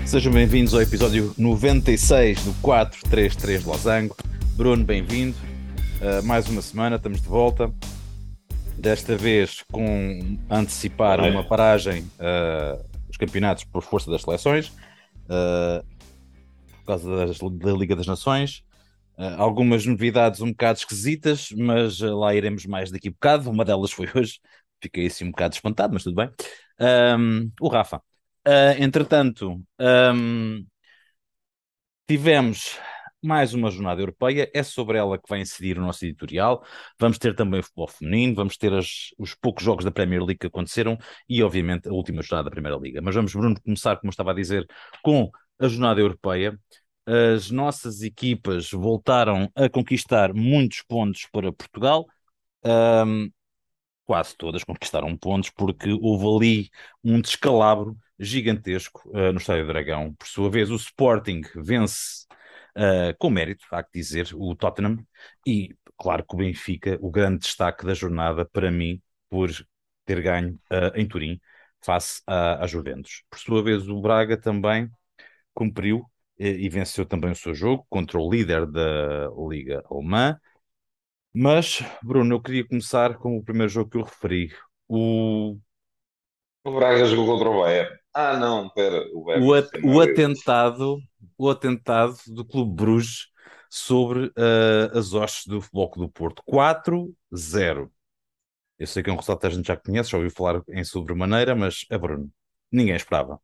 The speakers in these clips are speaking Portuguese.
Sejam bem-vindos ao episódio 96 do 433 de Losango. Bruno, bem-vindo. Mais uma semana, estamos de volta. Desta vez com antecipar uma paragem dos campeonatos por força das seleções, por causa da Liga das Nações. Algumas novidades um bocado esquisitas, mas lá iremos mais daqui a bocado. Uma delas foi hoje. Fiquei assim um bocado espantado, mas tudo bem. O Rafa. Entretanto, tivemos mais uma jornada europeia, é sobre ela que vai incidir o nosso editorial. Vamos ter também o futebol feminino, vamos ter os poucos jogos da Premier League que aconteceram e, obviamente, a última jornada da Primeira Liga. Mas vamos, Bruno, começar, como eu estava a dizer, com a jornada europeia. As nossas equipas voltaram a conquistar muitos pontos para Portugal. Um, Quase todas conquistaram pontos, porque houve ali um descalabro gigantesco no Estádio do Dragão. Por sua vez, o Sporting vence com mérito, há que dizer, o Tottenham, e claro que o Benfica, o grande destaque da jornada para mim, por ter ganho em Turim, face à Juventus. Por sua vez, o Braga também cumpriu e venceu também o seu jogo contra o líder da Liga Alemã. Mas, Bruno, eu queria começar com o primeiro jogo que eu referi. O, O Braga jogou contra o Bayern. Ah, não, pera, o Bayern o, não at- tem o nada a ver. atentado, o atentado do Clube Bruges sobre as hostes do Futebol Clube do Porto. 4-0. Eu sei que é um resultado que a gente já conhece, já ouviu falar em sobremaneira, mas é Bruno. Ninguém esperava.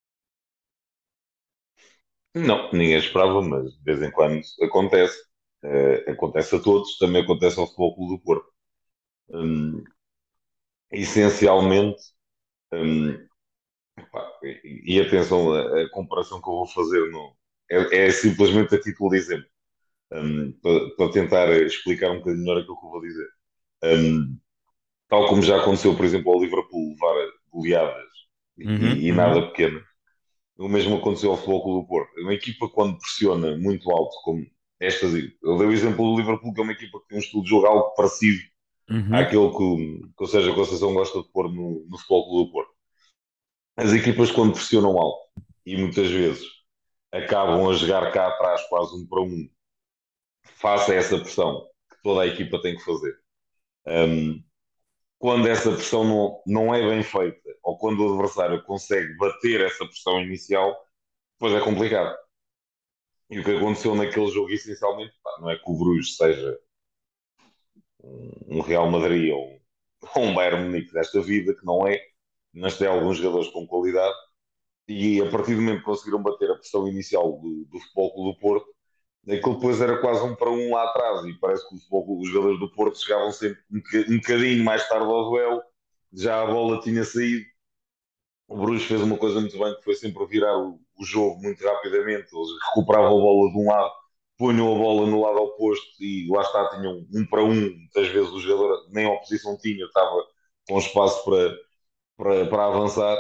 Não, ninguém esperava, mas de vez em quando acontece. Acontece a todos, também acontece ao Futebol Clube do Porto. Hum, essencialmente, hum, pá, e atenção, a comparação que eu vou fazer é simplesmente a título de exemplo, para tentar explicar um bocadinho melhor aquilo que eu vou dizer. Hum, tal como já aconteceu, por exemplo, ao Liverpool levar goleadas Uhum, e uhum, nada pequeno. O mesmo aconteceu ao Futebol Clube do Porto. Uma equipa, quando pressiona muito alto, como estas. Eu dei o exemplo do Liverpool, que é uma equipa que tem um estilo de jogo algo parecido uhum. àquele que ou seja, a Conceição gosta de pôr no Futebol Clube do Porto. As equipas, quando pressionam alto, e muitas vezes acabam a jogar cá atrás quase um para um, face a essa pressão que toda a equipa tem que fazer. Um, quando essa pressão não é bem feita, ou quando o adversário consegue bater essa pressão inicial, depois é complicado. E o que aconteceu naquele jogo, essencialmente, pá, não é que o Bruges seja um Real Madrid ou um Bayern Munique desta vida, que não é, mas tem alguns jogadores com qualidade. E a partir do momento que conseguiram bater a pressão inicial do Futebol Clube do Porto, aquilo depois era quase um para um lá atrás. E parece que os jogadores do Porto chegavam sempre um bocadinho mais tarde ao duelo, já a bola tinha saído. O Bruges fez uma coisa muito bem, que foi sempre virar o jogo muito rapidamente. Eles recuperavam a bola de um lado, punham a bola no lado oposto e lá está, tinham um para um. Muitas vezes o jogador nem a oposição tinha, estava com espaço para avançar.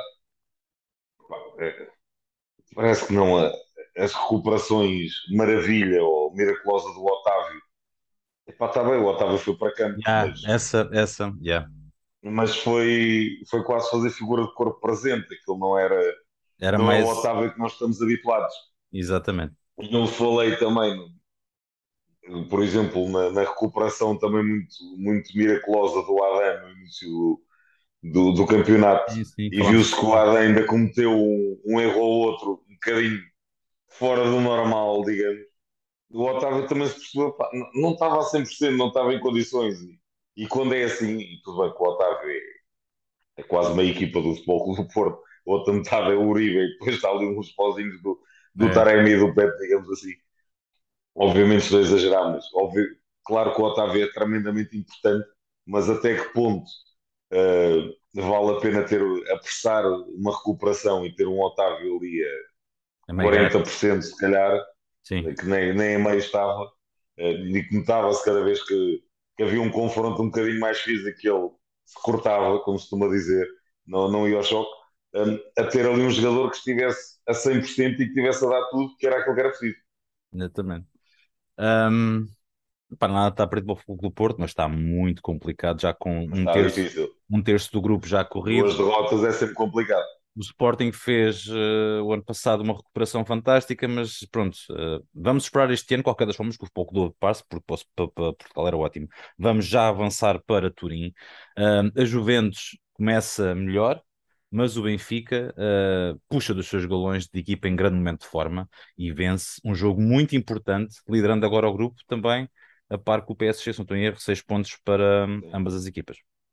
É, parece que não. As recuperações maravilha ou miraculosa do Otávio. Epá, está bem, o Otávio foi para campo, Yeah, yeah. mas foi quase fazer figura de corpo presente. Aquilo Era não é o mais. Otávio que nós estamos habituados. Exatamente. E não falei também, por exemplo, na recuperação também muito miraculosa do Adam no início do campeonato. Sim, sim, E falámos viu-se que disso. o Adam ainda cometeu um erro ou outro, um bocadinho fora do normal, digamos. O Otávio também se percebeu, pá, não estava a 100%, não estava em condições. E quando é assim, e tudo bem que o Otávio é quase meia equipa do Futebol Clube do Porto, a outra metade é o Uribe, e depois está ali uns pozinhos do É, Taremi e do Pepe, digamos assim. Obviamente estou a exagerar, mas claro que o Otávio é tremendamente importante, mas até que ponto vale a pena apressar uma recuperação e ter um Otávio ali a é meio gás. 40% se calhar, Sim. que nem a meio estava, e que notava-se cada vez que havia um confronto um bocadinho mais físico que ele se cortava, como se costuma dizer, não ia ao choque, a ter ali um jogador que estivesse a 100% e que estivesse a dar tudo, que era aquilo que era preciso. Exatamente. Um, Para nada está perdido para o Futebol Clube do Porto, mas está muito complicado, já com Mas está difícil. um terço do grupo já Duas corrido. derrotas é sempre complicado. O Sporting fez o ano passado uma recuperação fantástica, mas pronto, vamos esperar este ano, qualquer das formas, que o pouco do passe, porque para Portugal era ótimo. Vamos já avançar para Turim. A Juventus começa melhor, mas o Benfica puxa dos seus galões de equipa em grande momento de forma e vence um jogo muito importante, liderando agora o grupo também, a par com o PSG, se não estou em erro, 6 pontos para ambas as equipas.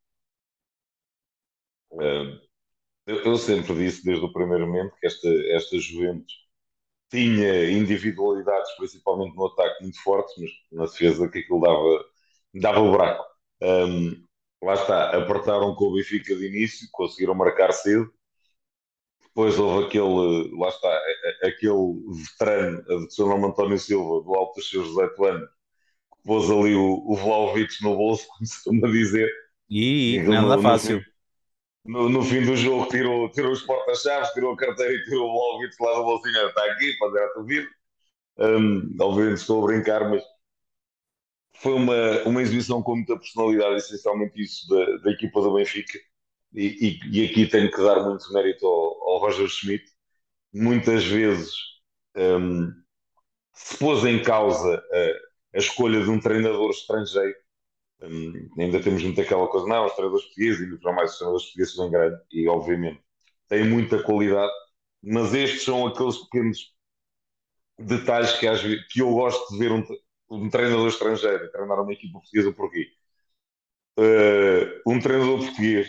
Uh, eu sempre disse desde o primeiro momento que esta Juventus tinha individualidades, principalmente no ataque, muito fortes, mas na defesa que aquilo dava o buraco. Lá está, apertaram com o Benfica de início, conseguiram marcar cedo. Depois houve aquele, lá está, aquele veterano, a de seu nome António Silva, do alto dos seus 18 anos, que pôs ali o Vlahovic no bolso, como se costuma dizer, e E aquilo não anda no fim, fácil. no fim do jogo tirou os porta-chaves, tirou a carteira e tirou o Vlahovic lá do bolsinho. Está aqui, para dar a ouvir. Obviamente estou a brincar, mas foi uma exibição com muita personalidade, essencialmente isso da equipa do Benfica. E aqui tenho que dar muito mérito ao Roger Schmidt. Muitas vezes um, se pôs em causa a escolha de um treinador estrangeiro. Ainda temos muito aquela coisa, não, os treinadores portugueses, ainda para mais os treinadores portugueses são grandes, e obviamente têm muita qualidade, mas estes são aqueles pequenos detalhes que eu gosto de ver um treinador estrangeiro treinar uma equipa portuguesa. Porquê? Um treinador português,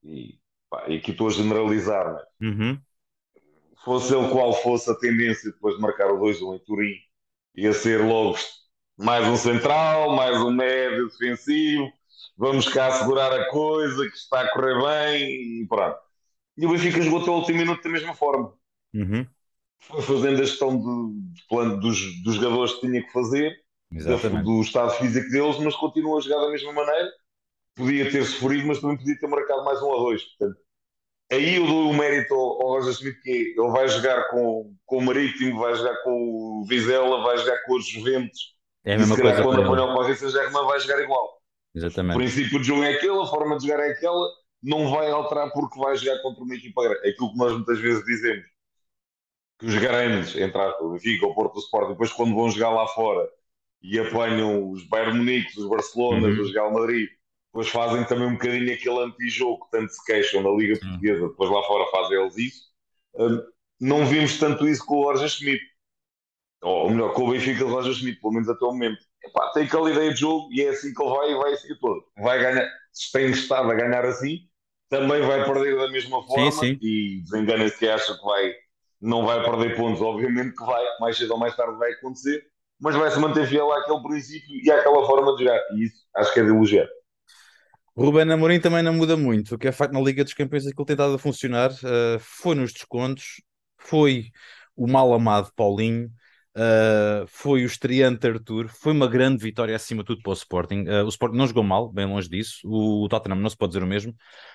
e aqui estou a generalizar, né? Uhum. Fosse ele qual fosse a tendência depois de marcar o 2-1 em Turim, ia ser logo mais um central, mais um médio defensivo, vamos cá segurar a coisa, que está a correr bem, e pronto. E o Benfica jogou até o último minuto da mesma forma. Uhum. Foi fazendo a gestão de plano dos jogadores que tinha que fazer, Exatamente. do estado físico deles, mas continua a jogar da mesma maneira. Podia ter sofrido, mas também podia ter marcado mais 1-2. Portanto, aí eu dou o mérito ao Roger Schmidt, que ele vai jogar com o Marítimo, vai jogar com o Vizela, vai jogar com os Juventus, É a e se mesma calhar coisa quando para apanhar ele. o Paris Saint-Germain vai jogar igual. O Exatamente. princípio de jogo é aquele, a forma de jogar é aquela, não vai alterar porque vai jogar contra uma equipa grande. É aquilo que nós muitas vezes dizemos, que os grandes, entre aspas, o Benfica, o Porto, o Sport, depois quando vão jogar lá fora e apanham os Bayern Munique, os Barcelonas, os Uhum. Real Madrid, depois fazem também um bocadinho aquele antijogo que tanto se queixam na Liga Sim. Portuguesa, depois lá fora fazem eles isso. Hum, Não vimos tanto isso com o Roger Schmidt, ou melhor, com o Benfica de Roger Schmidt, pelo menos até o momento. Epá, tem aquela ideia de jogo e é assim que ele vai e vai assim todo. Vai ganhar, se tem estado a ganhar assim, também vai perder da mesma Sim, forma sim. e desengana-se que acha que não vai perder pontos. Obviamente que vai, mais cedo ou mais tarde vai acontecer, mas vai se manter fiel àquele princípio e àquela forma de jogar. E isso acho que é de elogiar. O Ruben Amorim também não muda muito. O que é facto na Liga dos Campeões é que ele tem estado a funcionar. Foi nos descontos, foi o mal amado Paulinho, foi o estreante Arthur, foi uma grande vitória acima de tudo para o Sporting. O Sporting não jogou mal, bem longe disso. O Tottenham não se pode dizer o mesmo.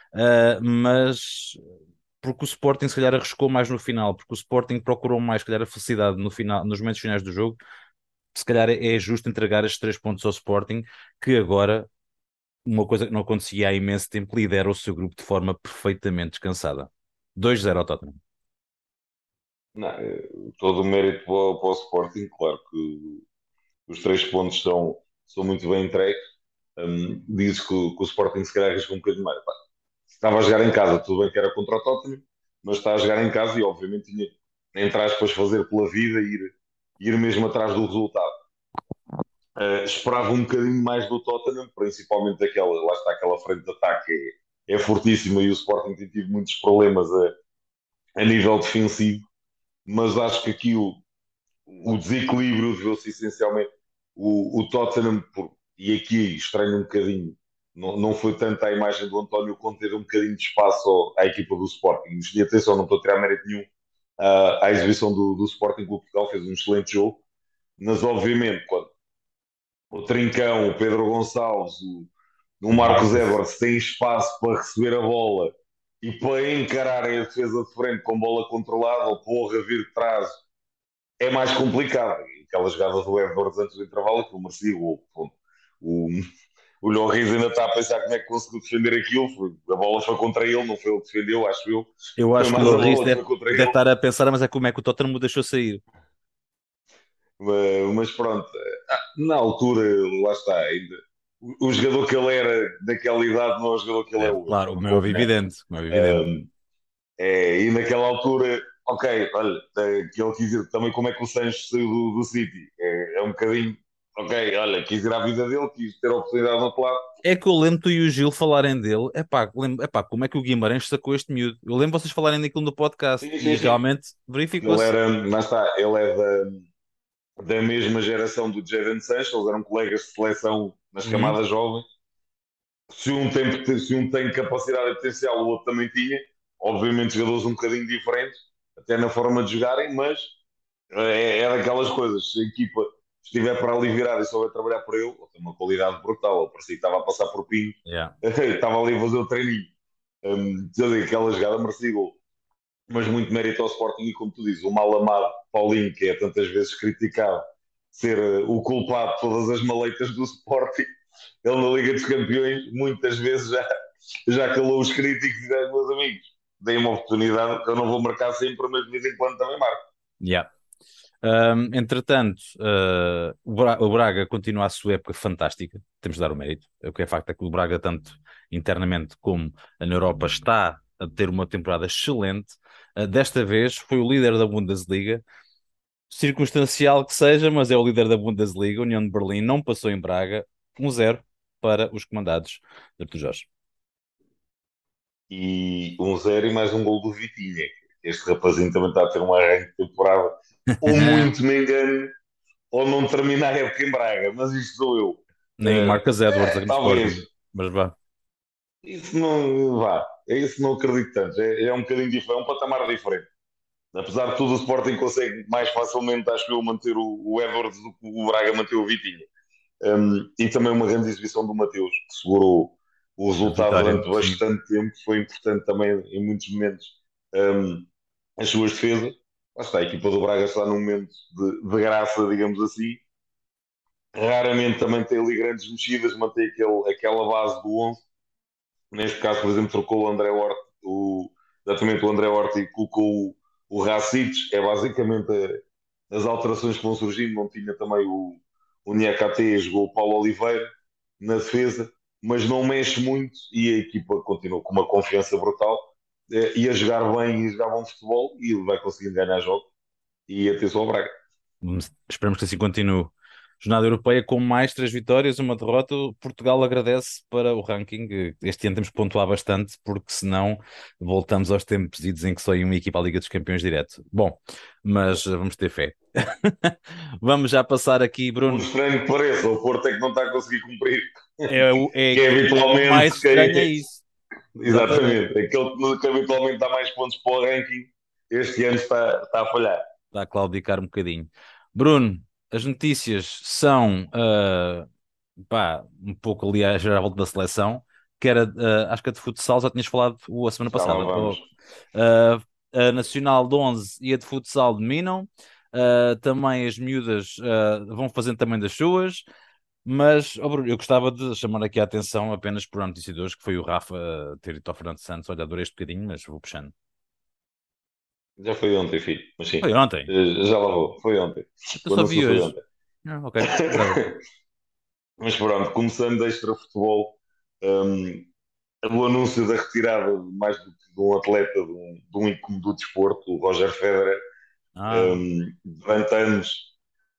Mas porque o Sporting se calhar arriscou mais no final, porque o Sporting procurou mais, se calhar, a felicidade no final, nos momentos finais do jogo. Se calhar é justo entregar estes 3 pontos ao Sporting, que agora, uma coisa que não acontecia há imenso tempo, lidera o seu grupo de forma perfeitamente descansada. 2-0 ao Tottenham. Não, todo o mérito para o Sporting, claro que os 3 pontos são muito bem entregues. Dizes que o Sporting se calhar arrisca um bocadinho mais. Pá, estava a jogar em casa, tudo bem que era contra o Tottenham, mas está a jogar em casa e obviamente tinha, entre aspas, fazer pela vida e ir mesmo atrás do resultado. Esperava um bocadinho mais do Tottenham, principalmente daquela, lá está aquela frente de ataque, é fortíssima e o Sporting tem tido muitos problemas a nível defensivo, mas acho que aqui o desequilíbrio deveu-se essencialmente o Tottenham, e aqui estranho um bocadinho, não foi tanto a imagem do António Conte ter um bocadinho de espaço à equipa do Sporting. E atenção, não estou a tirar mérito nenhum à exibição do Sporting Clube de Portugal, fez um excelente jogo, mas obviamente quando o Trincão, o Pedro Gonçalves, o Marcos Marcos. Edwards têm espaço para receber a bola e para encararem a defesa de frente com bola controlada ou porra vir de trás, é mais complicado. Aquela jogada do Edwards antes do intervalo que merecia o gol. O, O Lloris ainda está a pensar como é que conseguiu defender aquilo. A bola foi contra ele, não foi ele que defendeu, acho eu. Eu Foi acho que o mais a Lloris bola que deve, foi contra deve ele. estar a pensar, mas é como é que o Tottenham o deixou sair. Mas pronto, na altura, lá está, ainda. O jogador que ele era naquela idade não é o jogador que ele é É, hoje, claro, vamos como é confiar. evidente, como é evidente. E naquela altura, ok, olha, que ele quis ir também como é que o Sancho saiu do City. É um bocadinho, ok, olha, quis ir à vida dele, quis ter a oportunidade no outro lado. É que eu lembro tu e o Gil falarem dele, epá, como é que o Guimarães sacou este miúdo? Eu lembro vocês falarem daquilo no podcast Sim, sim, e sim. realmente Porque ele verificou-se. era, lá está, ele é da mesma geração do Jadon Sancho, eles eram colegas de seleção nas Uhum. camadas jovens. Se um tem capacidade e potencial, o outro também tinha. Obviamente, jogadores um bocadinho diferentes, até na forma de jogarem, mas é daquelas coisas. Se a equipa estiver para ali virada e souber trabalhar por ele tem uma qualidade brutal. Ele parecia que estava a passar por Pinho, Yeah. estava ali a fazer o treininho. Aquela jogada merecia gol. Mas muito mérito ao Sporting e, como tu dizes, o mal amado Paulinho, que é tantas vezes criticado ser o culpado de todas as maleitas do Sporting, ele na Liga dos Campeões muitas vezes já calou os críticos e disse, meus amigos, deem uma oportunidade, eu não vou marcar sempre, mas de vez em quando também marco. Yeah. Entretanto, o Braga continua a sua época fantástica, temos de dar o mérito. O que é facto é que o Braga, tanto internamente como na Europa, está a ter uma temporada excelente. Desta vez foi o líder da Bundesliga, circunstancial que seja, mas é o líder da Bundesliga. A União de Berlim não passou em Braga, 1-0 para os comandados de Artur Jorge. E 1-0 e mais um gol do Vitinha. Este rapazinho também está a ter um arranque de temporada, ou muito me engano, ou não termina a época em Braga, mas isto sou eu. Nem o Marcus Edwards aqui no Talvez. Sporting, mas vá. Isso não vá. É isso não acredito tanto. É um bocadinho diferente, é um patamar diferente. Apesar de tudo, o Sporting consegue mais facilmente, acho eu, manter o Edwards do que o Braga manter o Vitinha. E também uma grande exibição do Mateus, que segurou o A resultado vitória, durante sim. bastante tempo. Foi importante também, em muitos momentos, um, as suas defesas. Lá está, a equipa do Braga está num momento de graça, digamos assim. Raramente também tem ali grandes mexidas, mantém aquela base do 11. Neste caso, por exemplo, trocou o André Horta, exatamente o André Horta e colocou o Racic. É basicamente as alterações que vão surgindo. Não tinha também o Niakate, jogou o Paulo Oliveira na defesa, mas não mexe muito e a equipa continua com uma confiança brutal e a jogar bem e a jogar bom futebol e ele vai conseguindo ganhar jogos e atenção ao Braga. Esperamos que assim continue. Jornada Europeia com mais 3 vitórias, uma derrota. Portugal agradece para o ranking. Este ano temos que pontuar bastante, porque senão voltamos aos tempos idos em que só ia uma equipa à Liga dos Campeões direto. Bom, mas vamos ter fé. Vamos já passar aqui, Por Bruno. estranho que pareça, o Porto é que não está a conseguir cumprir, É que é o mais habitualmente estranho é quem, isso. Exatamente. exatamente, aquele que habitualmente dá mais pontos para o ranking, este ano está a falhar. Está a claudicar um bocadinho. Bruno, as notícias são pá, um pouco ali a gerar a volta da seleção, que era, acho que a de futsal já tinhas falado a semana Já lá passada. vamos. A Nacional de 11 e a de futsal dominam. Também as miúdas vão fazendo também das suas. Mas, ó Bruno, eu gostava de chamar aqui a atenção apenas por uma notícia de hoje, que foi o Rafa ter ido ao Fernando Santos. Olha, adorei este bocadinho, mas vou puxando. Já foi ontem, filho, mas sim, Foi ontem. já lá vou, foi ontem. Eu O só anúncio vi foi hoje. ontem. Ok, whatever. Mas pronto, começando extra futebol, um, o anúncio da retirada mais de um atleta, de um ícone do desporto, o Roger Federer, Ah, durante anos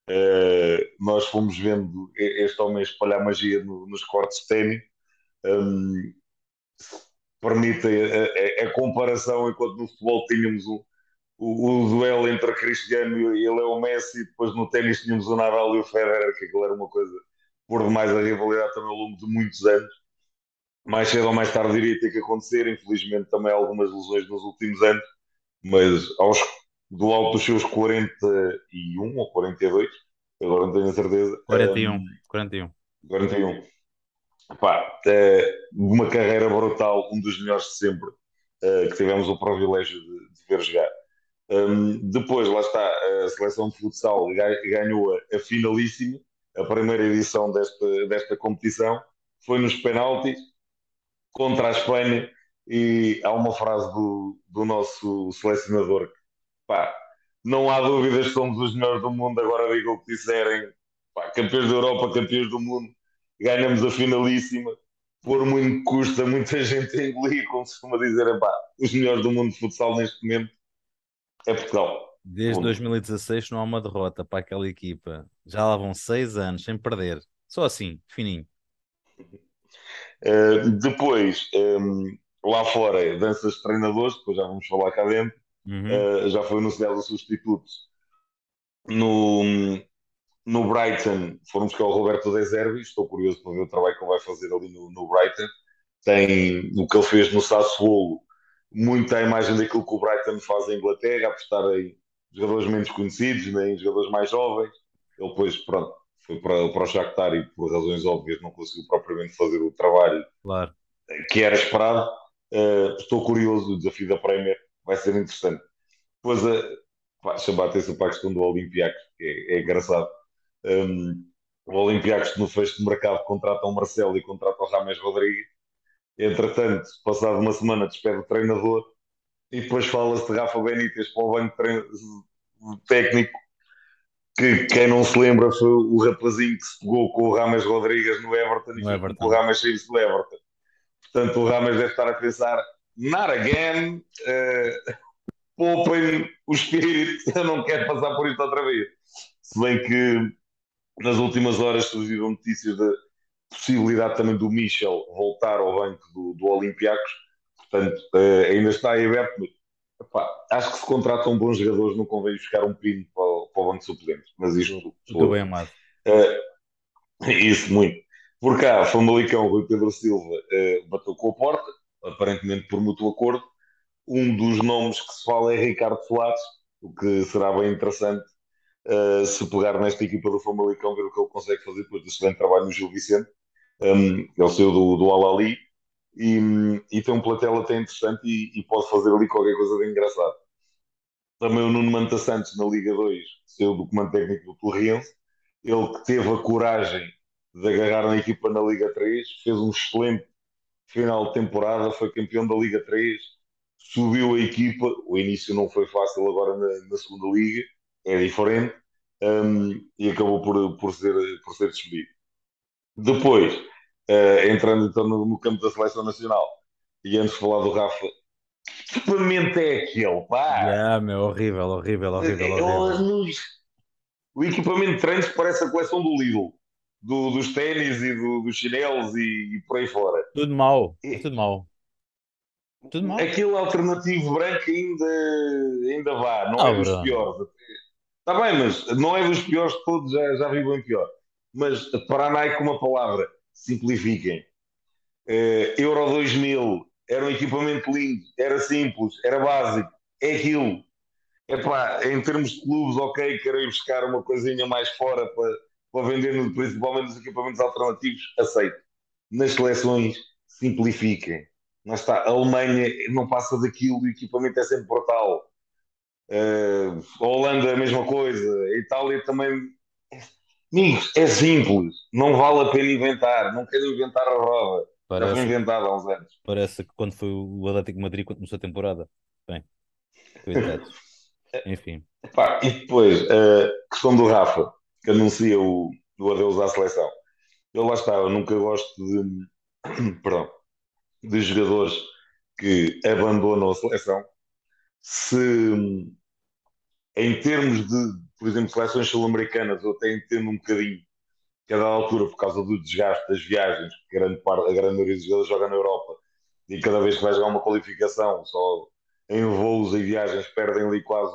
nós fomos vendo este homem espalhar magia nos cortes de ténis. Um, Permite a comparação, enquanto no futebol tínhamos o duelo entre a Cristiano e Leo Messi, e depois no ténis tínhamos o Nadal e o Federer, que aquilo era uma coisa por demais a rivalidade também ao longo de muitos anos. Mais cedo ou mais tarde iria ter que acontecer, infelizmente também algumas lesões nos últimos anos, mas do alto dos seus 41 ou 42, agora não tenho a certeza, 41, 41. 41. Pá, uma carreira brutal, um dos melhores de sempre, que tivemos o privilégio de ver jogar. Depois, lá está, a seleção de futsal ganhou a finalíssima, a primeira edição desta competição. foi nos penaltis contra a Espanha e há uma frase do nosso selecionador que, pá, não há dúvidas que somos os melhores do mundo, agora digam o que disserem, pá, campeões da Europa, campeões do mundo, ganhamos a finalíssima, por muito que custa muita gente a engolir, como se costuma dizer, pá, os melhores do mundo de futsal neste momento é Portugal. Desde Ponto. 2016 não há uma derrota para aquela equipa. Já lá vão 6 anos sem perder. Só assim, fininho. Depois, lá fora, danças de treinadores, depois já vamos falar cá dentro, Uhum. já foi anunciado os substitutos. No, no Brighton, foram buscar o Roberto De Zerbi, estou curioso para ver o trabalho que ele vai fazer ali no Brighton. Tem o que ele fez no Sassuolo, muita imagem daquilo que o Brighton faz em Inglaterra, apostar em jogadores menos conhecidos, né, em jogadores mais jovens. Ele depois, pronto, foi para o Shakhtar e por razões óbvias não conseguiu propriamente fazer o trabalho Claro. que era esperado. Estou curioso, o desafio da Premier vai ser interessante. Depois, chamar a atenção para a questão do Olympiacos, que é engraçado. Um, o Olympiacos, no fecho de mercado, contrata o Marcelo e contrata o Rames Rodrigues. Entretanto, passado uma semana, despede o treinador e depois fala-se de Rafa Benítez para o banco técnico, que quem não se lembra foi o rapazinho que se pegou com o Rames Rodrigues no Everton e No fez com que o Everton. Rames saísse do Everton. Portanto, o Rames deve estar a pensar, not again, poupem o espírito, eu não quero passar por isto outra vez. Se bem que nas últimas horas surgiram notícias da possibilidade também do Michel voltar ao banco do Olympiacos, portanto, ainda está em aberto. Mas, epá, acho que se contratam bons jogadores, não convém buscar um pino para o banco de suplentes, mas Do, isto do teu sou bem eu. amado. Isso, muito. Por cá, Famalicão, Rui Pedro Silva bateu com a porta, aparentemente por mútuo acordo. Um dos nomes que se fala é Ricardo Soares, o que será bem interessante se pegar nesta equipa do Famalicão, ver o que ele consegue fazer depois do excelente trabalho no Gil Vicente. Ele saiu do Al-Ali e tem um plantel até interessante e pode fazer ali qualquer coisa de engraçado. Também o Nuno Manta Santos na Liga 2 saiu do comando técnico do Torriense. Ele que teve a coragem de agarrar na equipa na Liga 3, fez um excelente final de temporada, foi campeão da Liga 3, subiu a equipa. O início não foi fácil agora na segunda Liga, é diferente, e acabou por ser despedido. Depois, entrando então no campo da seleção nacional, e antes de falar do Rafa, que equipamento é aquele, pá? Yeah, meu, horrível, horrível, horrível, horrível. O equipamento de treinos parece a coleção do Lidl, dos ténis e dos chinelos e por aí fora. Tudo mau, é E, tudo mau. Tudo mau. aquele alternativo branco ainda vá, não Ah, é dos Bruno. piores. Está bem, mas não é dos piores de todos, já vi bem pior. Mas para a Nike, uma palavra, simplifiquem. Euro 2000 era um equipamento lindo, era simples, era básico, é aquilo. Epá, em termos de clubes, ok, quero ir buscar uma coisinha mais fora para vender, principalmente nos equipamentos alternativos, aceito. Nas seleções, simplifiquem. Mas está, a Alemanha não passa daquilo, o equipamento é sempre brutal. A Holanda, a mesma coisa. A Itália também. Amigos, é simples. Não vale a pena inventar. Não quero inventar a roda. Já foi Parece, inventada há uns anos. parece que quando foi o Atlético de Madrid quando começou a temporada. Bem, coitados. Enfim. Epá, e depois, a questão do Rafa, que anuncia o adeus à seleção. Eu lá está, eu nunca gosto perdão, de jogadores que abandonam a seleção. Se em termos de, por exemplo, seleções sul-americanas, eu até entendo um bocadinho que a dada altura, por causa do desgaste das viagens, que a grande maioria dos jogadores joga na Europa, e cada vez que vai jogar uma qualificação, só em voos e viagens, perdem ali quase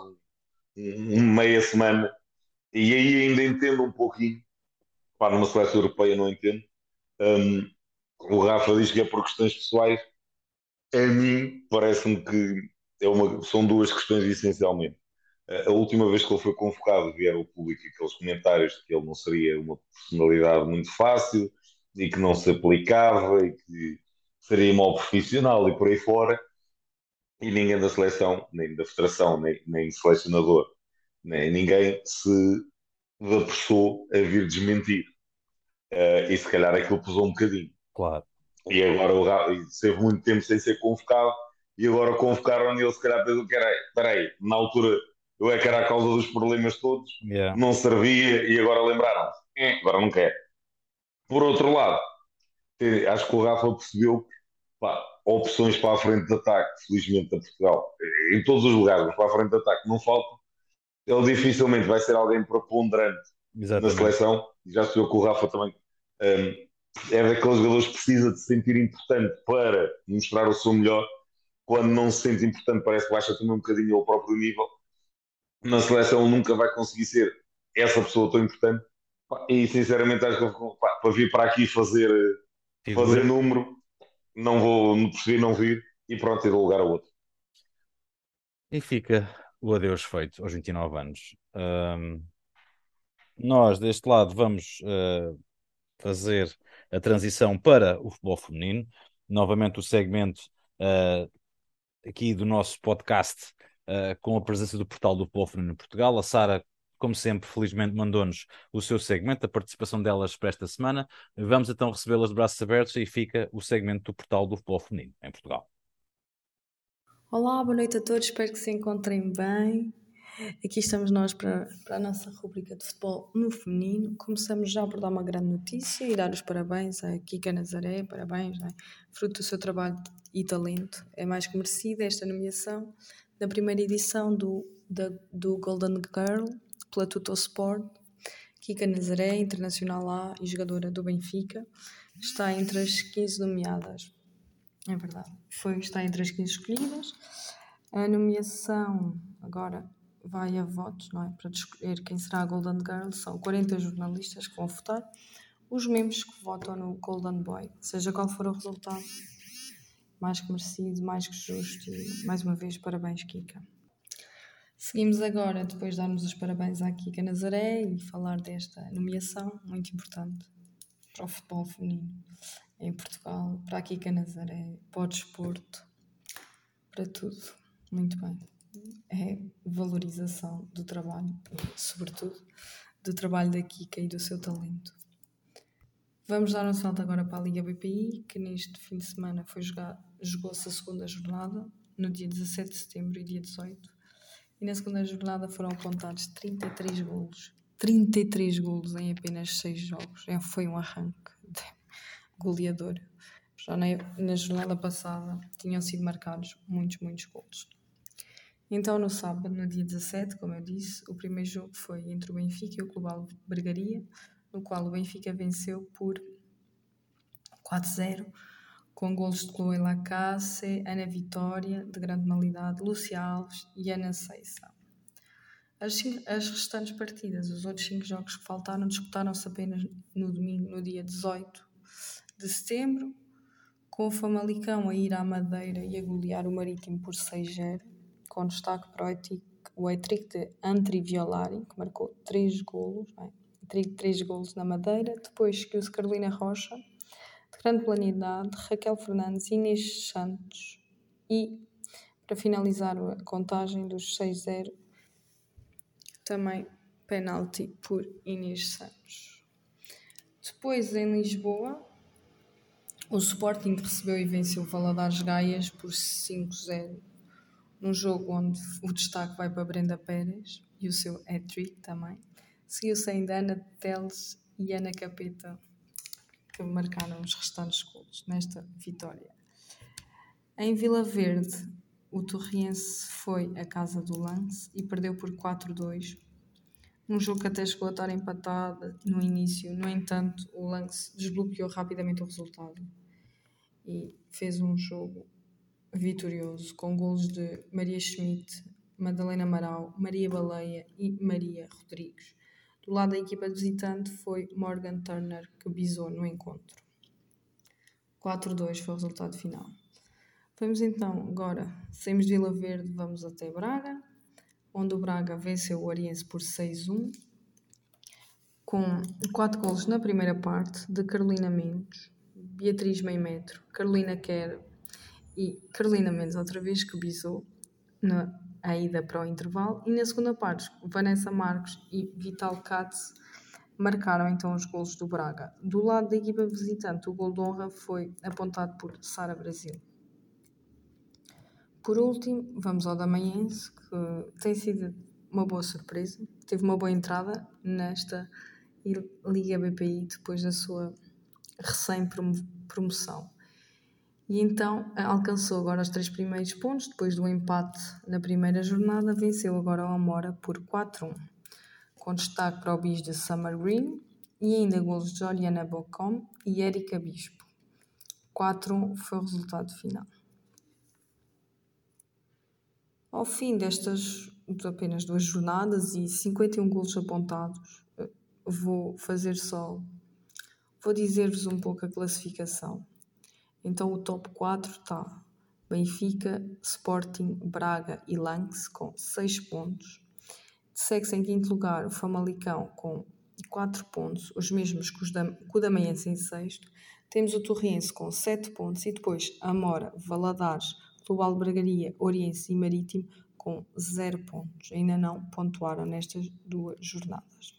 meia semana, e aí ainda entendo um pouquinho, pá, numa seleção europeia não entendo. Um, o Rafa diz que é por questões pessoais, a mim parece-me que são duas questões essencialmente. A última vez que ele foi convocado, vieram ao público aqueles comentários de que ele não seria uma personalidade muito fácil e que não se aplicava e que seria mau profissional e por aí fora. E ninguém da seleção, nem da federação, nem selecionador, nem ninguém se apressou a vir desmentir. E se calhar aquilo pesou um bocadinho. Claro. E agora esteve muito tempo sem ser convocado e agora convocaram e ele se calhar pensou que era, espera aí, na altura eu é que era a causa dos problemas todos, Yeah. não servia e agora lembraram-se. Agora não quer. Por outro lado, acho que o Rafa percebeu que pá, opções para a frente de ataque, felizmente a Portugal, em todos os lugares, mas para a frente de ataque não faltam. Ele dificilmente vai ser alguém preponderante na Exatamente. seleção. Já se viu que o Rafa também é daqueles jogadores que precisa de se sentir importante para mostrar o seu melhor. Quando não se sente importante, parece que baixa também um bocadinho ao próprio nível. Na seleção nunca vai conseguir ser essa pessoa tão importante. E sinceramente acho que para vir para aqui fazer Figura. número, não vou preferir não vir e pronto, e dou lugar a outro. E fica o adeus feito aos 29 anos. Nós, deste lado, vamos fazer a transição para o futebol feminino. Novamente, o segmento uh, aqui do nosso podcast com a presença do portal do Futebol Feminino em Portugal. A Sara, como sempre, felizmente mandou-nos o seu segmento, a participação delas para esta semana. Vamos então recebê-las de braços abertos e fica o segmento do portal do Futebol Feminino em Portugal. Olá, boa noite a todos, espero que se encontrem bem. Aqui estamos nós para a nossa rubrica de futebol no feminino. Começamos já por dar uma grande notícia e dar os parabéns à Kika Nazaré, parabéns, né? Fruto do seu trabalho e talento. É mais que merecida esta nomeação na primeira edição do Golden Girl pela Tuttosport. Kika Nazaré, internacional A e jogadora do Benfica, está entre as 15 nomeadas. É verdade. Está entre as 15 escolhidas. A nomeação agora vai a votos, não é? Para escolher quem será a Golden Girl. São 40 jornalistas que vão votar. Os membros que votam no Golden Boy. Seja qual for o resultado, mais que merecido, mais que justo. E mais uma vez, parabéns, Kika. Seguimos agora, depois de darmos os parabéns à Kika Nazaré e falar desta nomeação muito importante para o futebol feminino em Portugal, para a Kika Nazaré, para o desporto, para tudo. Muito bem. É valorização do trabalho e, sobretudo, do trabalho da Kika e do seu talento. Vamos dar um salto agora para a Liga BPI, que neste fim de semana jogou-se a segunda jornada, no dia 17 de setembro e dia 18. E na segunda jornada foram apontados 33 golos. 33 golos em apenas 6 jogos. Foi um arranque goleador. Já na jornada passada tinham sido marcados muitos golos. Então, no sábado, no dia 17, como eu disse, o primeiro jogo foi entre o Benfica e o Clube Albergaria, no qual o Benfica venceu por 4-0, com golos de Chloe Lacasse, Ana Vitória, de grande penalidade, Lúcia Alves e Ana Seiça. As restantes partidas, os outros 5 jogos que faltaram, disputaram-se apenas no domingo, no dia 18 de setembro, com o Famalicão a ir à Madeira e a golear o Marítimo por 6-0, com destaque para o hat-trick de Antri Violari, que marcou 3 golos, 3 golos na Madeira. Depois seguiu-se Carolina Rocha, de grande planidade, Raquel Fernandes, Inês Santos e, para finalizar a contagem dos 6-0, também penalti por Inês Santos. Depois, em Lisboa, o Sporting recebeu e venceu o Valadares Gaias por 5-0, num jogo onde o destaque vai para Brenda Pérez e o seu hat-trick também. Seguiu-se ainda Ana Teles e Ana Capeta, que marcaram os restantes golos nesta vitória. Em Vila Verde, o Torriense foi à casa do Lance e perdeu por 4-2. Um jogo que até chegou a estar empatado no início. No entanto, o Lance desbloqueou rapidamente o resultado e fez um jogo vitorioso, com golos de Maria Schmidt, Madalena Amaral, Maria Baleia e Maria Rodrigues. Do lado da equipa visitante foi Morgan Turner, que bisou no encontro. 4-2 foi o resultado final. Vamos então, agora, saímos de Vila Verde, vamos até Braga, onde o Braga venceu o Oriense por 6-1, com 4 golos na primeira parte de Carolina Mendes, Beatriz Meimetro, Carolina Quer e Carolina Mendes outra vez, que bisou a ida para o intervalo. E na segunda parte, Vanessa Marcos e Vital Katz marcaram então os golos do Braga. Do lado da equipa visitante, o gol de honra foi apontado por Sara Brasil. Por último, vamos ao Damaense, que tem sido uma boa surpresa. Teve uma boa entrada nesta Liga BPI depois da sua recém-promoção. E então alcançou agora os 3 primeiros pontos, depois do empate na primeira jornada, venceu agora o Amora por 4-1, com destaque para o bis de Summer Green e ainda golos de Juliana Bocom e Érica Bispo. 4-1 foi o resultado final. Ao fim destas apenas 2 jornadas e 51 golos apontados, vou dizer-vos um pouco a classificação. Então o top 4 está Benfica, Sporting, Braga e Lance com 6 pontos. Segue-se em quinto lugar o Famalicão com 4 pontos, os mesmos que o Damaense em sexto. Temos o Torrense com 7 pontos e depois Amora, Valadares, Clube Albergaria, Oriense e Marítimo com 0 pontos. Ainda não pontuaram nestas 2 jornadas.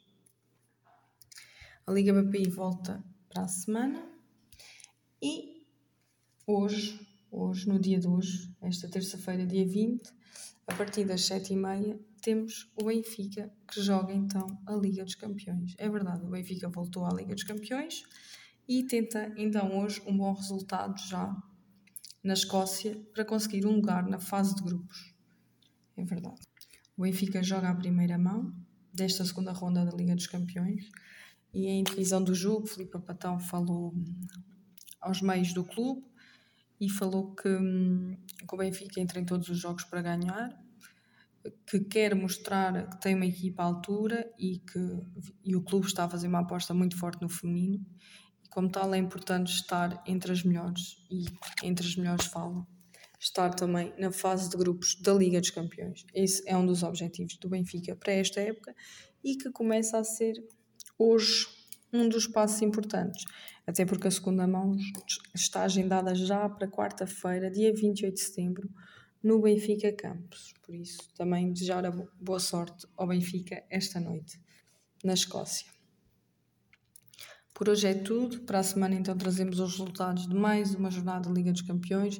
A Liga BPI volta para a semana e hoje, no dia de hoje, esta terça-feira, dia 20, a partir das 7h30, temos o Benfica que joga então a Liga dos Campeões. É verdade, o Benfica voltou à Liga dos Campeões e tenta então hoje um bom resultado já na Escócia para conseguir um lugar na fase de grupos. É verdade. O Benfica joga a primeira mão desta segunda ronda da Liga dos Campeões e em divisão do jogo, Filipe Patão falou aos meios do clube e falou que o Benfica entra em todos os jogos para ganhar, que quer mostrar que tem uma equipa à altura e o clube está a fazer uma aposta muito forte no feminino e como tal é importante estar entre as melhores e entre as melhores falam estar também na fase de grupos da Liga dos Campeões. Esse é um dos objetivos do Benfica para esta época e que começa a ser hoje um dos passos importantes, até porque a segunda mão está agendada já para quarta-feira, dia 28 de setembro, no Benfica Campos. Por isso, também desejar a boa sorte ao Benfica esta noite, na Escócia. Por hoje é tudo. Para a semana, então, trazemos os resultados de mais uma jornada da Liga dos Campeões.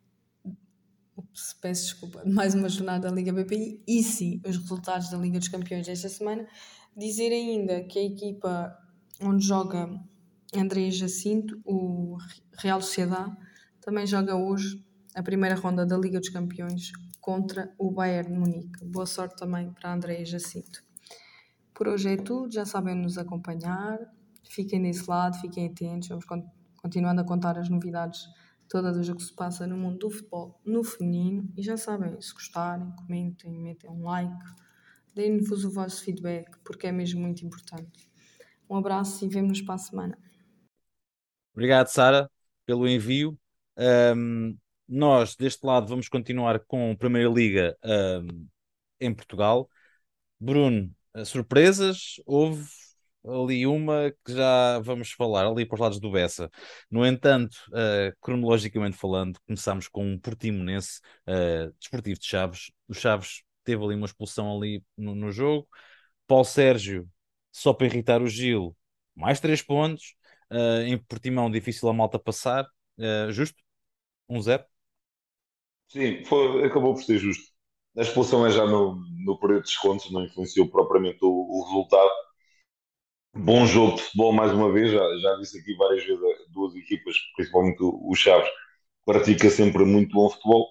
Peço desculpa, mais uma jornada da Liga BPI e sim, os resultados da Liga dos Campeões desta semana. Dizer ainda que a equipa onde joga André Jacinto, o Real Sociedade, também joga hoje a primeira ronda da Liga dos Campeões contra o Bayern de Munique. Boa sorte também para André Jacinto. Por hoje é tudo, já sabem nos acompanhar, fiquem desse lado, fiquem atentos, vamos continuando a contar as novidades todas o que se passa no mundo do futebol no feminino e já sabem, se gostarem, comentem, metem um like, deem-nos o vosso feedback porque é mesmo muito importante. Um abraço e vemo-nos para a semana. Obrigado, Sara, pelo envio. Nós, deste lado, vamos continuar com a Primeira Liga em Portugal. Bruno, surpresas? Houve ali uma que já vamos falar, ali para os lados do Bessa. No entanto, cronologicamente falando, começámos com um Portimonense Desportivo de Chaves. O Chaves teve ali uma expulsão ali no jogo. Paulo Sérgio, só para irritar o Gil, mais 3 pontos. Em Portimão, difícil a malta passar. Justo? 1-0. Sim, acabou por ser justo. A expulsão é já no período de descontos, não influenciou propriamente o resultado. Bom jogo de futebol, mais uma vez. Já disse aqui várias vezes, duas equipas, principalmente o Chaves, pratica sempre muito bom futebol.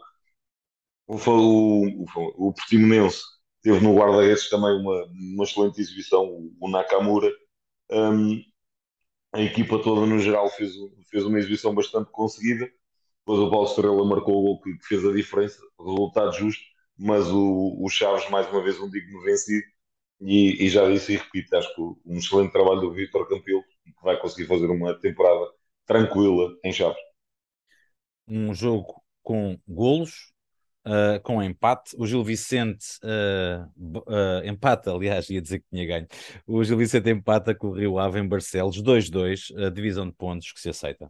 O Portimonense teve no guarda-redes também uma excelente exibição, o Nakamura. Um, a equipa toda, no geral, fez uma exibição bastante conseguida. Depois o Paulo Estrela marcou o gol que fez a diferença, resultado justo, mas o Chaves, mais uma vez, um digno vencido. E já disse e repito, acho que um excelente trabalho do Vítor Campelo e que vai conseguir fazer uma temporada tranquila em Chaves. Um jogo com golos, com empate. O Gil Vicente empata, aliás, ia dizer que tinha ganho. O Gil Vicente empata com o Rio Ave em Barcelos, 2-2, a divisão de pontos que se aceita.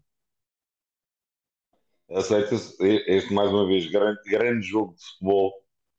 Aceita-se este, mais uma vez, grande jogo de futebol,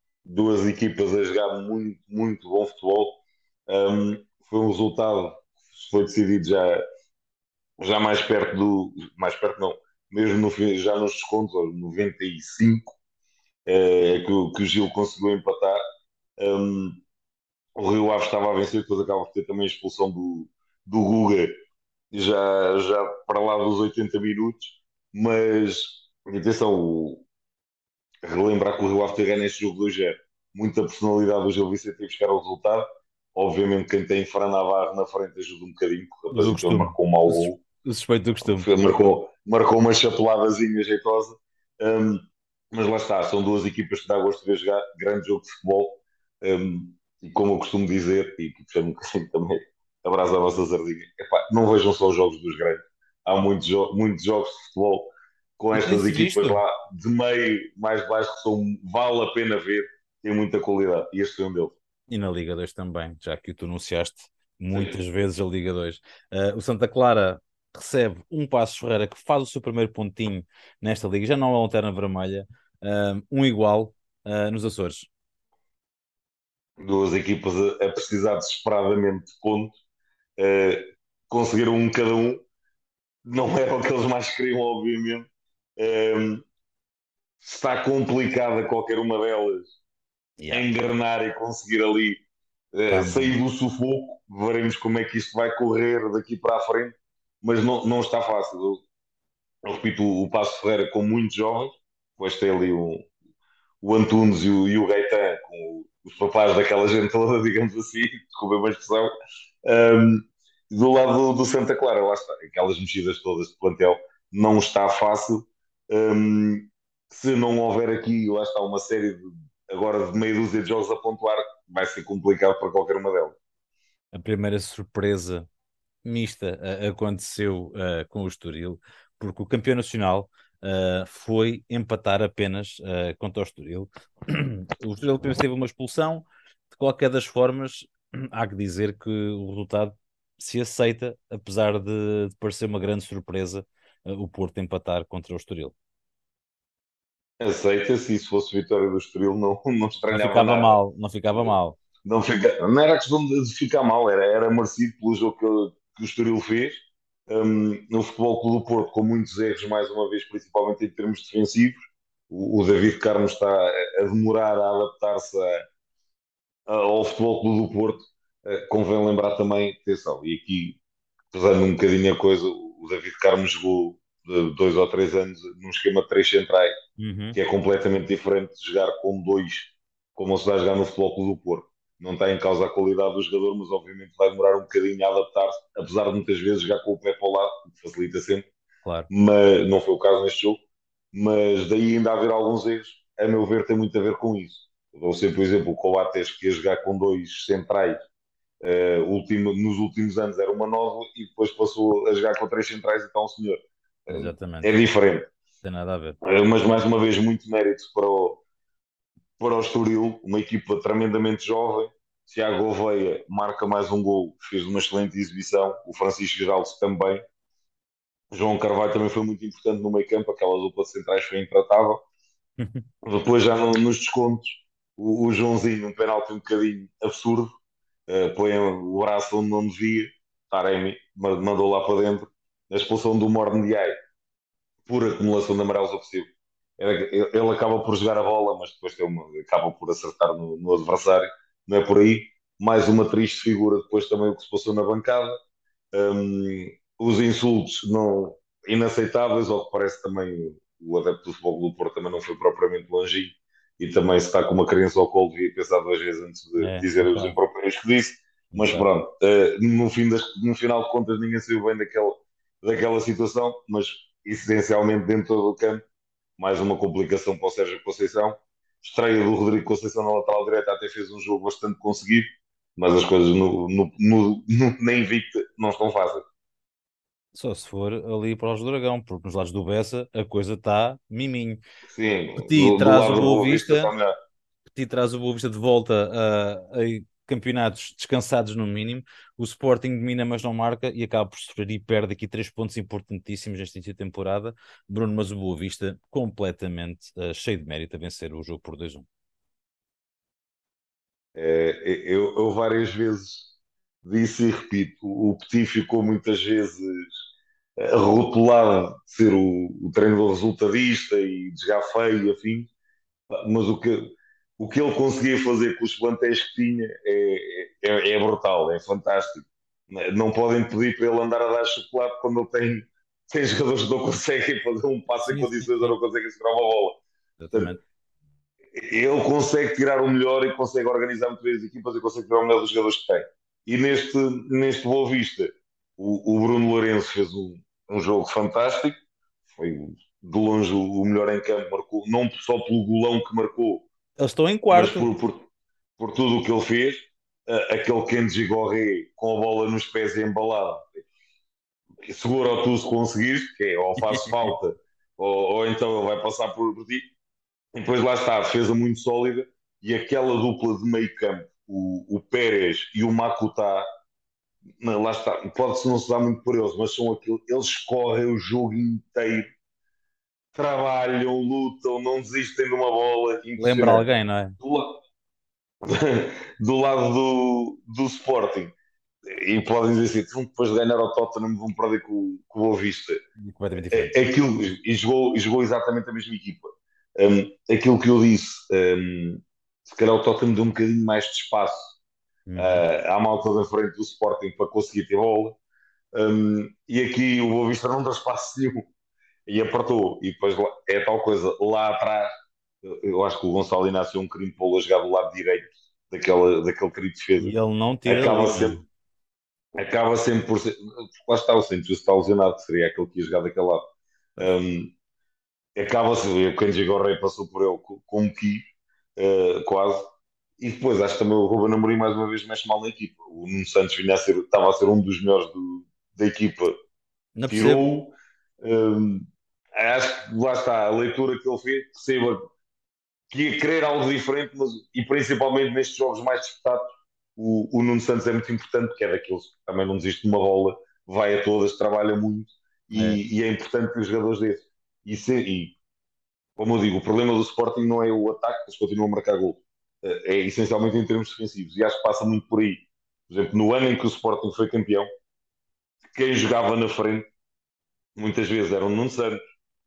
duas equipas a jogar muito, muito bom futebol. Foi um resultado foi decidido já mais perto mais perto não, mesmo no fim, já nos descontos, aos 95, que o Gil conseguiu empatar. Um, o Rio Ave estava a vencer, depois acaba por ter também a expulsão do Guga, já para lá dos 80 minutos, mas atenção, relembrar que o Rio Ave ter ganho este jogo 2-0, muita personalidade do Gil Vicente em buscar o resultado. Obviamente, quem tem Fran Navarro na frente ajuda um bocadinho, porque o Do rapazito costume. marcou um mau gol, O suspeito do costume. marcou uma chapeladazinha jeitosa. Um, mas lá está, são duas equipas que dá gosto de ver jogar, grande jogo de futebol. E como eu costumo dizer, e puxando um bocadinho também a brasa à vossa sardinha, epá, não vejam só os jogos dos grandes. Há muitos jogos de futebol com E estas tem-se equipas visto. lá de meio, mais baixo, que vale a pena ver, tem muita qualidade. E este foi um deles. E na Liga 2 também, já que tu anunciaste Sim. muitas vezes a Liga 2. O Santa Clara recebe um Passos Ferreira que faz o seu primeiro pontinho nesta Liga, já não é uma lanterna vermelha, um igual nos Açores. Duas equipas a precisar desesperadamente de pontos, uh, conseguiram um cada um, não era o que eles mais queriam, obviamente. Um, está complicada qualquer uma delas Yeah. engrenar e conseguir ali Tá sair muito. do sufoco. Veremos como é que isto vai correr daqui para a frente, mas não está fácil. Eu repito, o Passo Ferreira com muitos jovens, depois tem ali o Antunes e o Gaetan, com os papás daquela gente toda, digamos assim, desculpa a expressão. Um, do lado do Santa Clara, lá está, aquelas mexidas todas de plantel, não está fácil. Um, se não houver aqui, lá está, uma série agora de meia dúzia de jogos a pontuar, vai ser complicado para qualquer uma delas. A primeira surpresa mista aconteceu com o Estoril, porque o campeão nacional foi empatar apenas contra o Estoril. O Estoril apenas teve uma expulsão. De qualquer das formas, há que dizer que o resultado se aceita, apesar de parecer uma grande surpresa o Porto empatar contra o Estoril. Aceita-se, e se fosse vitória do Estoril, não Não estranhava ficava nada. mal, não ficava mal. Não era questão de ficar mal, era merecido pelo jogo que o Estoril fez. No Futebol Clube do Porto, com muitos erros, mais uma vez, principalmente em termos defensivos. O David Carmo está a demorar a adaptar-se ao Futebol Clube do Porto. Convém lembrar também, atenção, e aqui, pesando um bocadinho a coisa, o David Carmo jogou de 2 ou 3 anos num esquema de três centrais, Uhum, que é completamente diferente de jogar com dois, como se vai jogar no Futebol Clube do Porto. Não está em causa a qualidade do jogador, mas obviamente vai demorar um bocadinho a adaptar-se, apesar de muitas vezes jogar com o pé para o lado, o que facilita sempre, claro. mas não foi o caso neste jogo. Mas daí ainda haver alguns erros, a meu ver, tem muito a ver com isso. Eu dou sempre o exemplo, o Coates que ia jogar com dois centrais nos últimos anos era uma nova e depois passou a jogar com três centrais e está um senhor. É Exatamente. diferente. Não tem nada a ver. Mas mais uma vez, muito mérito para o Estoril, uma equipa tremendamente jovem. Tiago Gouveia marca mais um gol, fez uma excelente exibição. O Francisco Geraldo também. João Carvalho também foi muito importante no meio campo, aquela dupla de centrais foi intratável. Depois, já nos descontos, o Joãozinho, um penalti um bocadinho absurdo, põe o braço onde não devia. Taremi mandou lá para dentro. A expulsão do Mordiai, por acumulação de amarelos ofensivos. Ele acaba por jogar a bola, mas depois acaba por acertar no adversário. Não é por aí. Mais uma triste figura, depois também o que se passou na bancada. Os insultos inaceitáveis, ao que parece também o adepto do Futebol do Porto também não foi propriamente longinho e também se está com uma criança ao colo devia pensar 2 vezes antes de É, dizer um os bocado, impropérios que disse, um mas bocado. pronto, no final de contas ninguém saiu bem daquela situação, mas essencialmente dentro do campo, mais uma complicação para o Sérgio Conceição. Estreia do Rodrigo Conceição na lateral direita, até fez um jogo bastante conseguido, mas as coisas na Invicta não estão fáceis. Só se for ali para os do Dragão, porque nos lados do Bessa a coisa está miminho. Sim, Petit do traz o lado do Boa Boa Vista está Vista, melhor. Petit traz o Boa Vista de volta a campeonatos descansados no mínimo. O Sporting domina, mas não marca e acaba por sofrer e perde aqui 3 pontos importantíssimos neste início de temporada. Bruno, mas o Boa Vista completamente cheio de mérito a vencer o jogo por 2-1. Eu várias vezes disse e repito, o Petit ficou muitas vezes rotulado de ser o treinador resultadista e de jogar feio e afim, mas o que ele conseguia fazer com os plantéis que tinha é brutal, é fantástico. Não podem pedir para ele andar a dar chocolate quando ele tem jogadores que não conseguem fazer um passo em Sim, sim, condições ou sim. não conseguem segurar uma bola. Portanto, Exatamente. ele consegue tirar o melhor e consegue organizar muito bem as equipas e consegue tirar o melhor dos jogadores que tem. E neste Boa Vista, o Bruno Lourenço fez um jogo fantástico, foi de longe o melhor em campo, marcou, não só pelo golão que marcou, Eles estão em mas quarto. por tudo o que ele fez. Aquele Kenji Gorré com a bola nos pés e embalado, segura tu se conseguires, que é ou faz falta ou então ele vai passar por ti. E depois lá está, a defesa muito sólida e aquela dupla de meio campo, o Pérez e o Makuta, lá está, pode-se não se dar muito por eles, mas são aquilo, eles correm o jogo inteiro, trabalham, lutam, não desistem de uma bola, Lembra impressionante. alguém, não é? Do, la- do lado do Sporting, e podem dizer assim, depois de ganhar ao Tottenham vão perder com o Boa Vista. Completamente diferente. Aquilo, e jogou exatamente a mesma equipa. Aquilo que eu disse, se calhar o Tottenham deu um bocadinho mais de espaço Uhum. à malta da frente do Sporting para conseguir ter bola. E aqui o Boa Vista não deu espaço nenhum e apertou. E depois é tal coisa, lá atrás, eu acho que o Gonçalo Inácio é um crime pô-lo a jogar do lado direito daquele querido defesa. E ele não tira Acaba dali, não é? sempre, acaba sempre por ser. Lá está o Santos, está lesionado, que seria aquele que ia jogar daquele lado. Pois. Um, Acaba-se, o Kenji Gorré passou por ele como que quase. E depois acho que também o Ruben Amorim mais uma vez mexe mal na equipa. O Nuno Santos estava a ser um dos melhores da equipa, Não percebo. tirou-o. Um, Acho que lá está a leitura que ele fez, perceba que ia querer algo diferente, mas e principalmente nestes jogos mais disputados, o Nuno Santos é muito importante, porque é daqueles que também não desiste de uma bola, vai a todas, trabalha muito É. e é importante que os jogadores desses. E como eu digo, o problema do Sporting não é o ataque, eles continuam a marcar gol. É essencialmente em termos defensivos. E acho que passa muito por aí. Por exemplo, no ano em que o Sporting foi campeão, quem jogava na frente, muitas vezes era um Nuno Santos,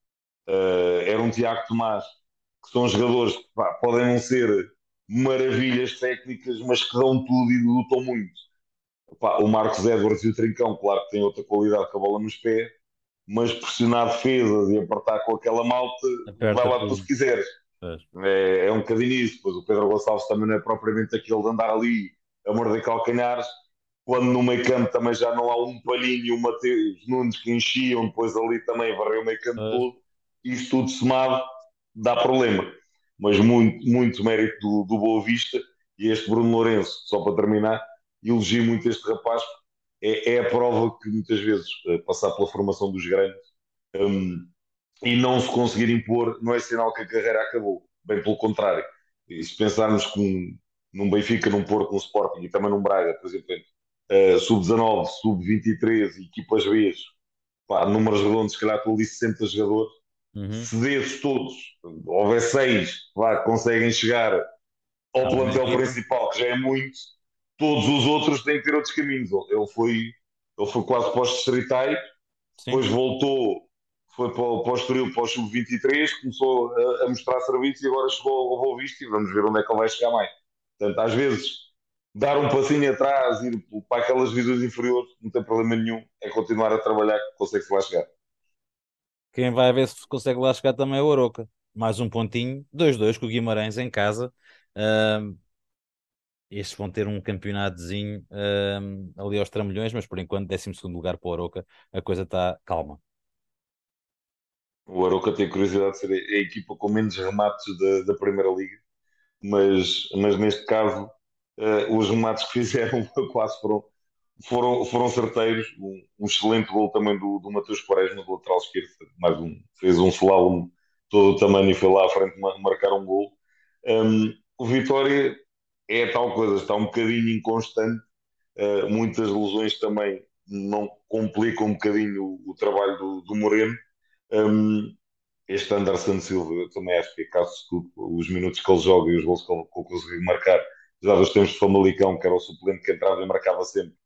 era um Tiago Tomás, que são jogadores que pá, podem não ser maravilhas técnicas, mas que dão tudo e lutam muito. Pá, o Marcos Edwards e o Trincão, claro que têm outra qualidade com a bola nos pés, mas pressionar defesas e apertar com aquela malta, vai Aperta lá tu se tudo. quiseres. Pois. É um bocadinho isso. Pois o Pedro Gonçalves também não é propriamente aquele de andar ali a morder calcanhares, quando no meio campo também já não há um Palhinho e um Mateus Nunes que enchiam, depois ali também varreu o meio campo Pois. todo. Isso tudo somado dá problema. Mas muito, muito mérito do Boa Vista e este Bruno Lourenço, só para terminar, elogio muito este rapaz. É a prova que muitas vezes passar pela formação dos grandes um, e não se conseguir impor não é sinal que a carreira acabou. Bem pelo contrário. E se pensarmos que num Benfica, num Porto, num Sporting e também num Braga, por exemplo, sub-19, sub-23, equipas B, pá, números redondos, se calhar estou ali 60 jogadores, Uhum. se desses todos, houver 6, vá, conseguem chegar ao À mesma plantel equipa. principal, que já é muito, todos os outros têm que ter outros caminhos. Ele foi quase para os distritais, Sim. depois voltou, foi para o Estoril, para o Sub-23, começou a mostrar serviço e agora chegou ao Boa Vista e vamos ver onde é que ele vai chegar mais. Portanto, às vezes, dar um passinho atrás, ir para aquelas divisões inferiores, não tem problema nenhum, é continuar a trabalhar que consegue-se lá chegar. Quem vai ver se consegue lá chegar também é o Aroca. Mais um pontinho. 2-2 com o Guimarães em casa. Ahm, Estes vão ter um campeonatozinho ali aos trambolhões, mas por enquanto 12º lugar para o Aroca. A coisa está calma. O Arouca tem curiosidade de ser a equipa com menos remates da Primeira Liga, mas neste caso, os remates que fizeram quase foram certeiros. Um excelente gol também do Mateus Quaresma, do lateral esquerdo. Fez um slalom todo o tamanho e foi lá à frente marcar um gol. O Vitória é tal coisa, está um bocadinho inconstante. Muitas lesões também não complicam um bocadinho o trabalho do Moreno. Um, Este Anderson Silva, eu também acho que é caso de estudo, os minutos que ele joga e os gols que ele conseguiu marcar, já dos tempos de Famalicão, que era o suplente que entrava e marcava sempre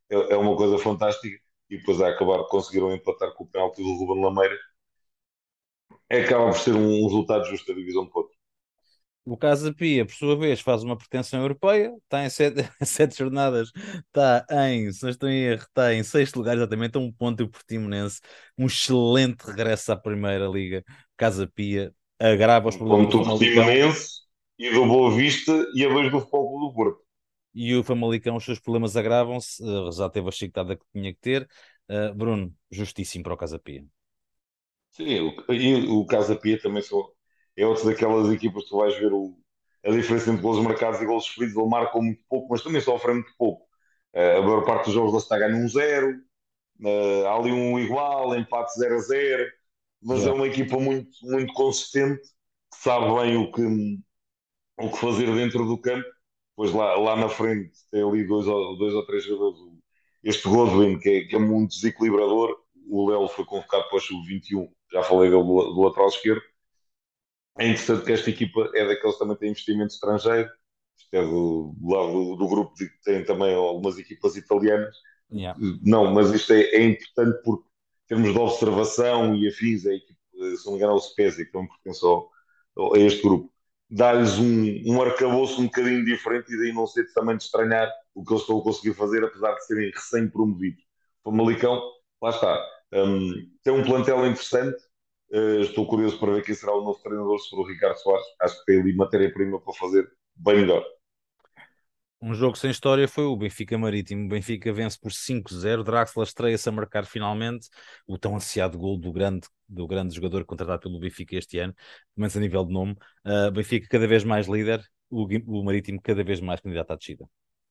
é uma coisa fantástica. E depois a acabar conseguiram empatar com o penalti do Ruben Lameira. Acaba por ser um resultado justo da divisão de pontos. O Casa Pia, por sua vez, faz uma pretensão europeia, está em sete, sete jornadas, está em, se não estou em erro, está em sexto lugar, exatamente, a um ponto do Portimonense, um excelente regresso à Primeira Liga. Casa Pia agrava os Um problemas do ponto do Famalicão Portimonense e do Boa Vista e a dois do Futebol Clube do Porto. e o Famalicão, os seus problemas agravam-se, já teve a chicotada que tinha que ter. Bruno, justíssimo para o Casa Pia. Sim, e o Casa Pia também é outra daquelas equipas que tu vais ver a diferença entre golos marcados e golos sofridos. Ele marca muito pouco, mas também sofre muito pouco. A maior parte dos jogos ele está a ganhar 1-0, há ali um igual, empate 0-0, mas é Yeah. uma equipa muito, muito consistente, que sabe bem o que fazer dentro do campo. Pois lá na frente tem ali dois ou três jogadores. Este Godwin, que é muito desequilibrador. O Léo foi convocado para o sub-21, já falei dele do lateral esquerdo. É interessante que esta equipa é daqueles que também têm investimento estrangeiro. Isto é do lado do grupo que tem também algumas equipas italianas. Yeah. Não, mas isto é importante porque, em termos de observação e afins, a equipa, se não me engano, é o Spezia, que não pertence a este grupo, dá-lhes um arcabouço um bocadinho diferente e daí não sei também de estranhar o que eles estão a conseguir fazer, apesar de serem recém-promovidos. O Famalicão, lá está, tem um plantel interessante. Estou curioso para ver quem será o novo treinador, se for o Ricardo Soares. Acho que tem ali matéria-prima para fazer bem melhor. Um jogo sem história foi o Benfica Marítimo. O Benfica vence por 5-0. Draxler estreia-se a marcar finalmente o tão ansiado gol do grande jogador contratado pelo Benfica este ano, começa a nível de nome. Benfica cada vez mais líder, o Marítimo cada vez mais candidato à descida.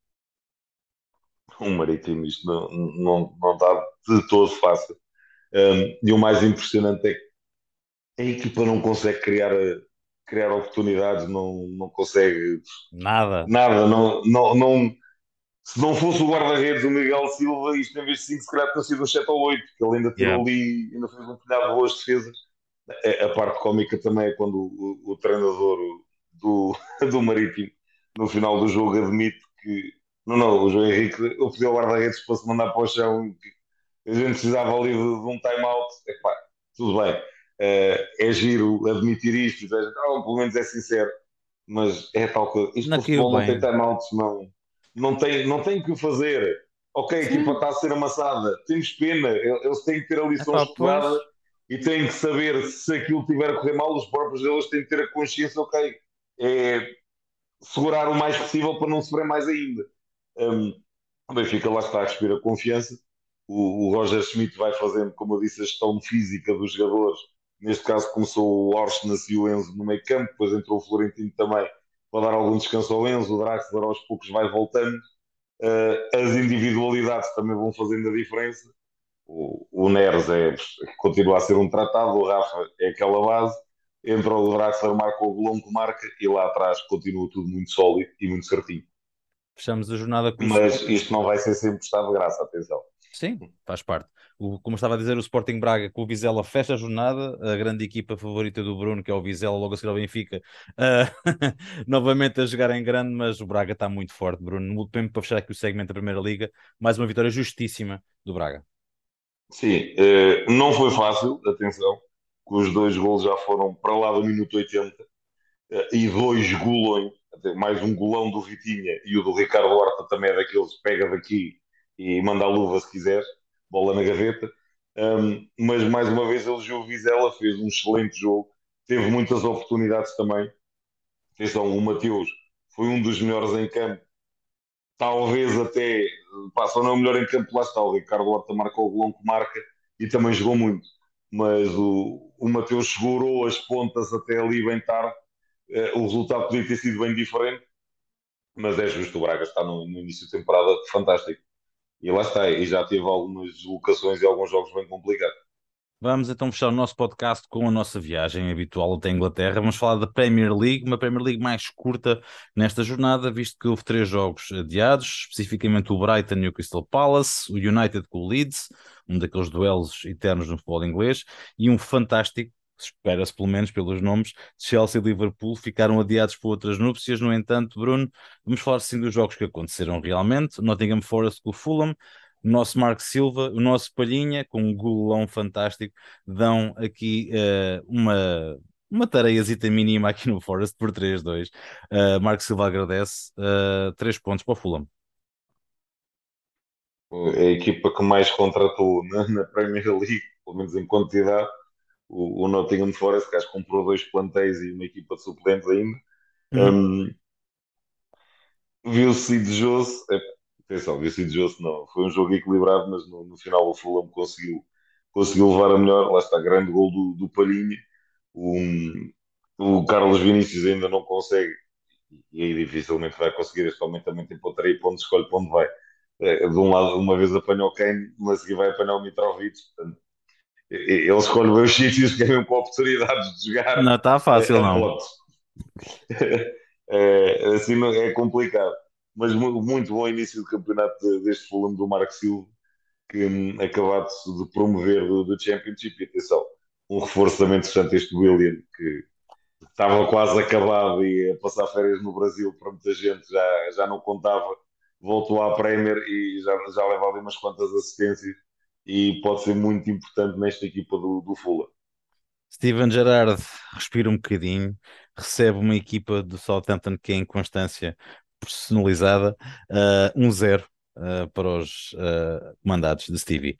Um Marítimo, isto não está de todo fácil. E o mais impressionante é que a equipa não consegue criar oportunidades, não consegue Nada. nada. Se não fosse o guarda-redes, o Miguel Silva, isto em vez de 5, se calhar tinha sido um 7 ou 8, porque ele ainda Yeah. tirou ali, ainda fez um punhado de boas defesas. A parte cómica também é quando o treinador do, do Marítimo, no final do jogo, admite que não, o João Henrique, eu pedi ao guarda-redes para se mandar para o chão, que a gente precisava ali de um time-out. Epá, tudo bem, é giro admitir isto, pelo menos é sincero, mas é tal coisa. Isto Não no caiu futebol não tem bem. time-outs, não tem o que fazer. Ok, a equipa Sim. está a ser amassada, temos pena, eles têm que ter a lição Epá, pois. estudada e têm que saber se aquilo tiver a correr mal, os próprios deles têm que ter a consciência, ok, é segurar o mais possível para não sofrer mais ainda. O Benfica lá está a respirar confiança. O Roger Schmidt vai fazendo, como eu disse, a gestão física dos jogadores. Neste caso começou o Orsnes e o Enzo no meio campo, depois entrou o Florentino também para dar algum descanso ao Enzo. O Draxler aos poucos vai voltando. As individualidades também vão fazendo a diferença. O Neres continua a ser um tratado, o Rafa é aquela base. Entra o Draxler, marca o golão que marca e lá atrás continua tudo muito sólido e muito certinho. Fechamos a jornada com o Mas Sporting. isto não vai ser sempre estado de graça, atenção. Sim, faz parte. Como estava a dizer, o Sporting Braga com o Vizela fecha a jornada, a grande equipa favorita do Bruno, que é o Vizela, logo a seguir ao Benfica, ah, novamente a jogar em grande, mas o Braga está muito forte, Bruno. No tempo para fechar aqui o segmento da Primeira Liga, mais uma vitória justíssima do Braga. Sim, não foi fácil, atenção, que os dois golos já foram para lá do minuto 80 e dois golões, até mais um golão do Vitinha e o do Ricardo Horta também é daqueles pega daqui e manda a luva se quiser, bola na gaveta. Mas mais uma vez elogiou o Vizela, fez um excelente jogo, teve muitas oportunidades também. Atenção, o Mateus foi um dos melhores em campo, talvez até, pá, só não é o melhor em campo, lá está, o Ricardo Horta marcou o golão que marca e também jogou muito, mas o Mateus segurou as pontas até ali bem tarde. O resultado podia ter sido bem diferente, mas é justo, o Braga está no início de temporada fantástico, e lá está, e já teve algumas deslocações e alguns jogos bem complicados. Vamos então fechar o nosso podcast com a nossa viagem habitual até a Inglaterra. Vamos falar da Premier League, uma Premier League mais curta nesta jornada, visto que houve 3 jogos adiados, especificamente o Brighton e o Crystal Palace, o United com o Leeds, um daqueles duelos eternos no futebol inglês, e um fantástico, espera-se pelo menos pelos nomes, Chelsea e Liverpool, ficaram adiados por outras núpcias. No entanto, Bruno, vamos falar sim dos jogos que aconteceram realmente. Nottingham Forest com o Fulham, o nosso Marco Silva, o nosso Palhinha, com um golão fantástico, dão aqui uma tareiazita mínima aqui no Forest por 3-2. Marco Silva agradece. 3 pontos para o Fulham. É a equipa que mais contratou na Premier League, pelo menos em quantidade. O Nottingham Forest, que acho que comprou dois plantéis e uma equipa de suplentes ainda. Uhum. Um, Viu-se desejoso, atenção, viu-se desejoso não, foi um jogo equilibrado, mas no final o Fulham conseguiu levar a melhor, lá está, grande gol do Palhinha, o, o Carlos Vinícius ainda não consegue, e aí dificilmente vai conseguir, este homem também tem pontaria e ponto, escolhe para onde vai. De um lado, uma vez apanhou o Kane, mas a seguir vai apanhar o Mitrovic, portanto, ele escolhe bem os sítios que é mesmo com oportunidades de jogar Não está fácil, a não. potes. Assim é complicado. Mas muito bom início de campeonato deste Fulham do Marco Silva, que acabado de promover do Championship. E atenção, um reforço também interessante este William, que estava quase acabado e a passar férias no Brasil para muita gente, já não contava. Voltou à Premier e já leva ali umas quantas assistências e pode ser muito importante nesta equipa do Fulham. Steven Gerrard respira um bocadinho, recebe uma equipa do Southampton que é em constância personalizada, 1-0 para os comandados de Stevie.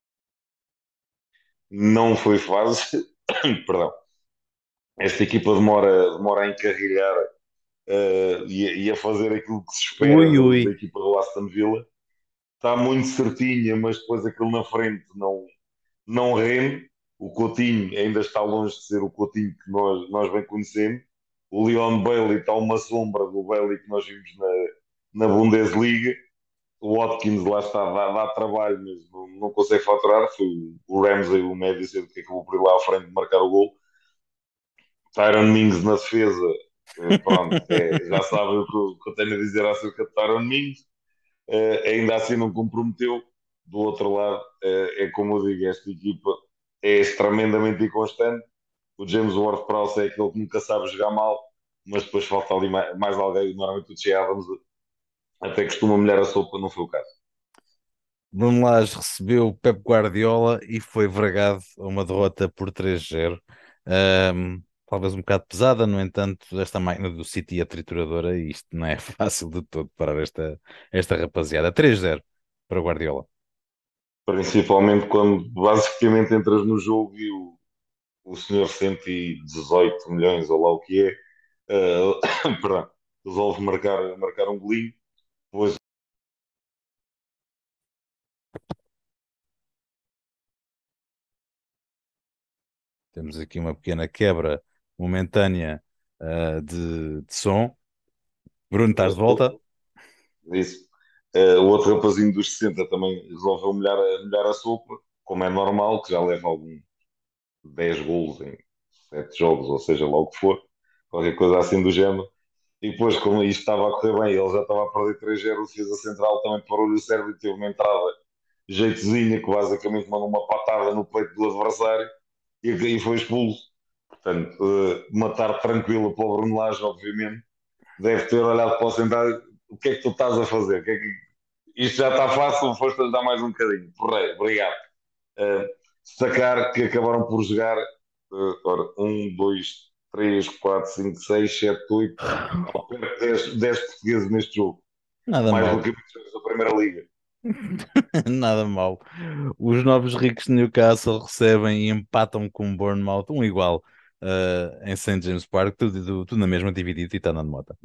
Não foi fácil, perdão. Esta equipa demora a encarrilhar e a fazer aquilo que se espera Ui, ui. da equipa do Aston Villa. Está muito certinha, mas depois aquilo na frente não rende. O Coutinho ainda está longe de ser o Coutinho que nós bem conhecemos. O Leon Bailey está uma sombra do Bailey que nós vimos na Bundesliga. O Watkins lá está, dá trabalho, mas não consegue faturar. Foi o Ramsey, o médio cedo, que acabou por ir lá à frente de marcar o gol. Tyron Mings na defesa, pronto, já sabem o que eu tenho a dizer acerca de Tyron Mings. Ainda assim não comprometeu. Do outro lado, é como eu digo, esta equipa é tremendamente inconstante. O James Ward-Prowse é aquele que nunca sabe jogar mal, mas depois falta ali mais alguém. Normalmente o Che Adams até costuma molhar a sopa, não foi o caso. Bruno Lage recebeu o Pep Guardiola e foi vergado a uma derrota por 3-0. Talvez um bocado pesada, no entanto, esta máquina do City é trituradora e isto não é fácil de todo parar esta rapaziada. 3-0 para o Guardiola. Principalmente quando basicamente entras no jogo e o senhor 118 milhões, ou lá o que é, perdão, resolve marcar um golinho. Depois Temos aqui uma pequena quebra momentânea de som. Bruno, estás de volta? disse, o outro rapazinho dos 60 também resolveu molhar a sopa, como é normal, que já leva algum 10 golos em 7 jogos, ou seja, lá o que for, qualquer coisa assim do género. E depois, como isto estava a correr bem, ele já estava a perder 3-0, o defesa central também parou-lhe o cérebro e teve uma entrada jeitozinha que basicamente mandou uma patada no peito do adversário e foi expulso. Portanto, matar tranquilo para o Bruno Lage, obviamente, deve ter olhado para o central. O que é que tu estás a fazer? Isto já está fácil, foste a dar mais um bocadinho. Porreiro, obrigado. Uh, Destacar que acabaram por jogar ora, 1, 2, 3, 4, 5, 6, 7, 8, ao perto de 10 portugueses neste jogo. Nada Mais do mal. que muitos jogos da Primeira Liga. Nada mal. Os novos ricos de Newcastle recebem e empatam com o Bournemouth, um igual, em St. James Park, tudo na mesma, dividido e está na nota.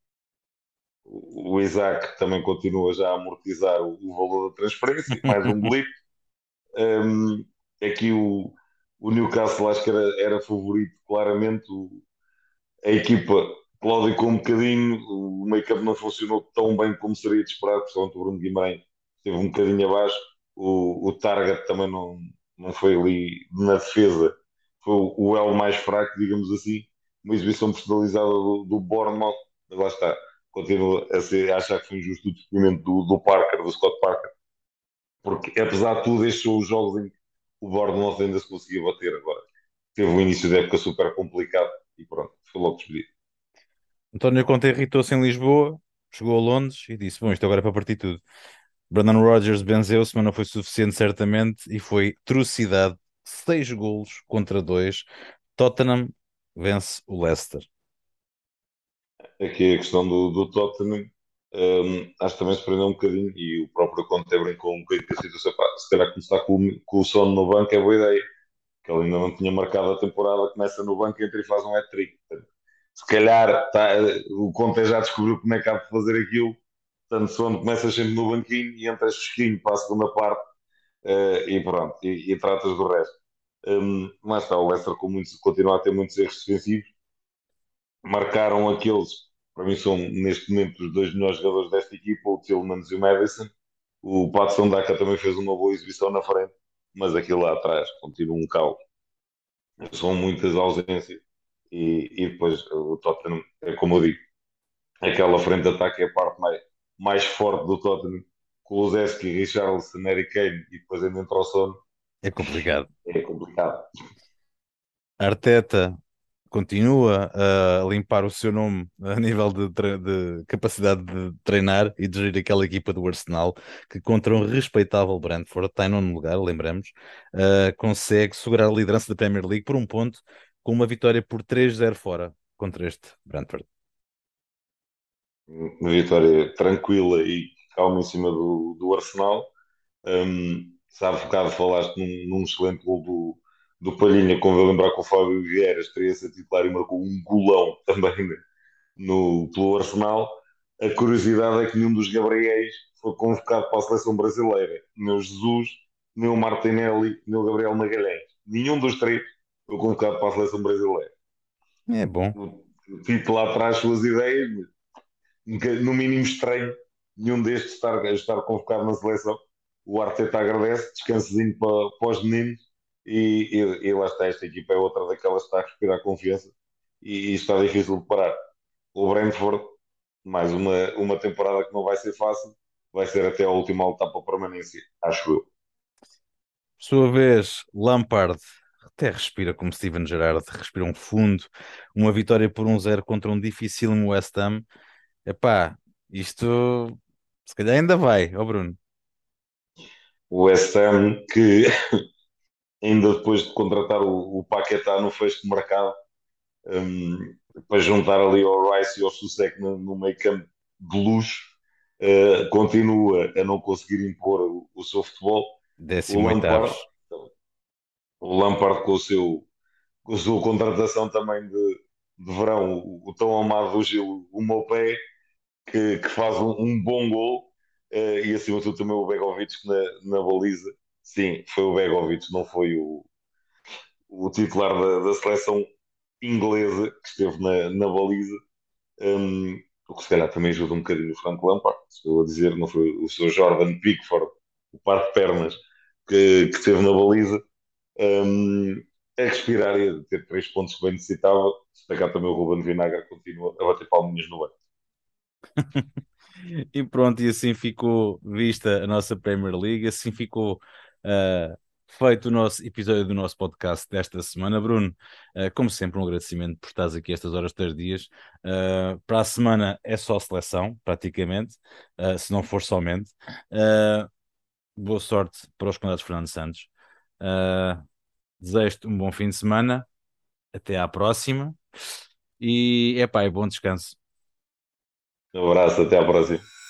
O Isaac também continua já a amortizar o valor da transferência, mais um blip. Um, Aqui o Newcastle acho que era favorito, claramente. A equipa claudicou um bocadinho, o make-up não funcionou tão bem como seria de esperar, principalmente o Bruno Guimarães esteve um bocadinho abaixo. O Target também não foi ali na defesa, foi o elo mais fraco, digamos assim. Uma exibição personalizada do Bournemouth, mas lá está. Continuo a achar que foi injusto o despedimento do Parker, do Scott Parker, porque apesar de tudo, estes são os jogos em que o Bournemouth ainda se conseguia bater agora. Teve um início de época super complicado e pronto, foi logo despedido. António Conte irritou-se em Lisboa, chegou a Londres e disse: Bom, isto agora é para partir tudo. Brendan Rodgers benzeu-se, mas não foi suficiente, certamente, e foi trucidade. 6 golos contra 2. Tottenham vence o Leicester. Aqui a questão do Tottenham, acho que também se prendeu um bocadinho e o próprio Conte brincou um bocadinho com a situação. Pá, se calhar começar com o Son no banco é boa ideia, que ele ainda não tinha marcado a temporada, começa no banco, entra e faz um hat-trick. Se calhar o Conte já descobriu como é que há de fazer aquilo, portanto, Son começa sempre no banquinho e entra fresquinho para a segunda parte e pronto, e tratas do resto. Mas está, o Leicester continua a ter muitos erros defensivos, marcaram aqueles, para mim são neste momento os dois melhores jogadores desta equipa, o Tillmans e o Madison. O Patson Daka também fez uma boa exibição na frente, mas aquilo lá atrás continua um caos. São muitas ausências e depois o Tottenham, é como eu digo, aquela frente de ataque é a parte mais forte do Tottenham. Kulusevski, Richarlison, Harry Kane e depois ainda entra o Son, É complicado. é complicado. Arteta continua a limpar o seu nome a nível de capacidade de treinar e de gerir aquela equipa do Arsenal, que contra um respeitável Brentford, está em nono lugar, lembramos, consegue segurar a liderança da Premier League por um ponto, com uma vitória por 3-0 fora contra este Brentford. Uma vitória tranquila e calma em cima do Arsenal. Sabe, um bocado falaste num excelente gol do Palhinha, como eu lembrar que o Fábio Vieira estreia ser titular e marcou um golão também pelo Arsenal. A curiosidade é que nenhum dos Gabriéis foi convocado para a seleção brasileira. Nem o Jesus, nem o Martinelli, nem o Gabriel Magalhães. Nenhum dos três foi convocado para a seleção brasileira. É bom. O Tito lá traz suas ideias, no mínimo estranho, nenhum destes estar convocado na seleção. O Arteta agradece, descansozinho para os meninos e lá está, esta equipa é outra daquelas que está a respirar confiança e está difícil de parar. O Brentford, mais uma temporada que não vai ser fácil, vai ser até a última etapa permanência, acho eu. Por sua vez, Lampard até respira como Steven Gerrard, respira um fundo, uma vitória por 1-0 contra um dificílimo West Ham. Epá, isto se calhar ainda vai, ó Bruno. O West Ham, que ainda depois de contratar o Paquetá no fecho de mercado, para juntar ali ao Rice e ao Susek no meio campo de luxo, continua a não conseguir impor o seu futebol. O Décimo Lampard, oitavos. o Lampard com a sua contratação também de verão, o tão amado do Gil, o Mopé, que faz um bom gol, e acima de tudo também o Begovic na baliza. Sim, foi o Begovic, não foi o titular da seleção inglesa que esteve na baliza. Um, o que se calhar também ajuda um bocadinho o Frank Lampard. Estou a dizer, não foi o seu Jordan Pickford, o par de pernas que esteve na baliza, um, a respirar e a ter 3 pontos que bem necessitava. Destacar também o Ruben Vinagre, continua a bater palminhas no banco. E pronto, e assim ficou vista a nossa Premier League, assim ficou feito o nosso episódio do nosso podcast desta semana. Bruno, como sempre, um agradecimento por estares aqui estas horas dias. Para a semana é só seleção, praticamente, se não for somente. Boa sorte para os candidatos Fernando Santos. Desejo-te um bom fim de semana. Até à próxima. E, epá, é bom descanso. Um abraço, até à próxima.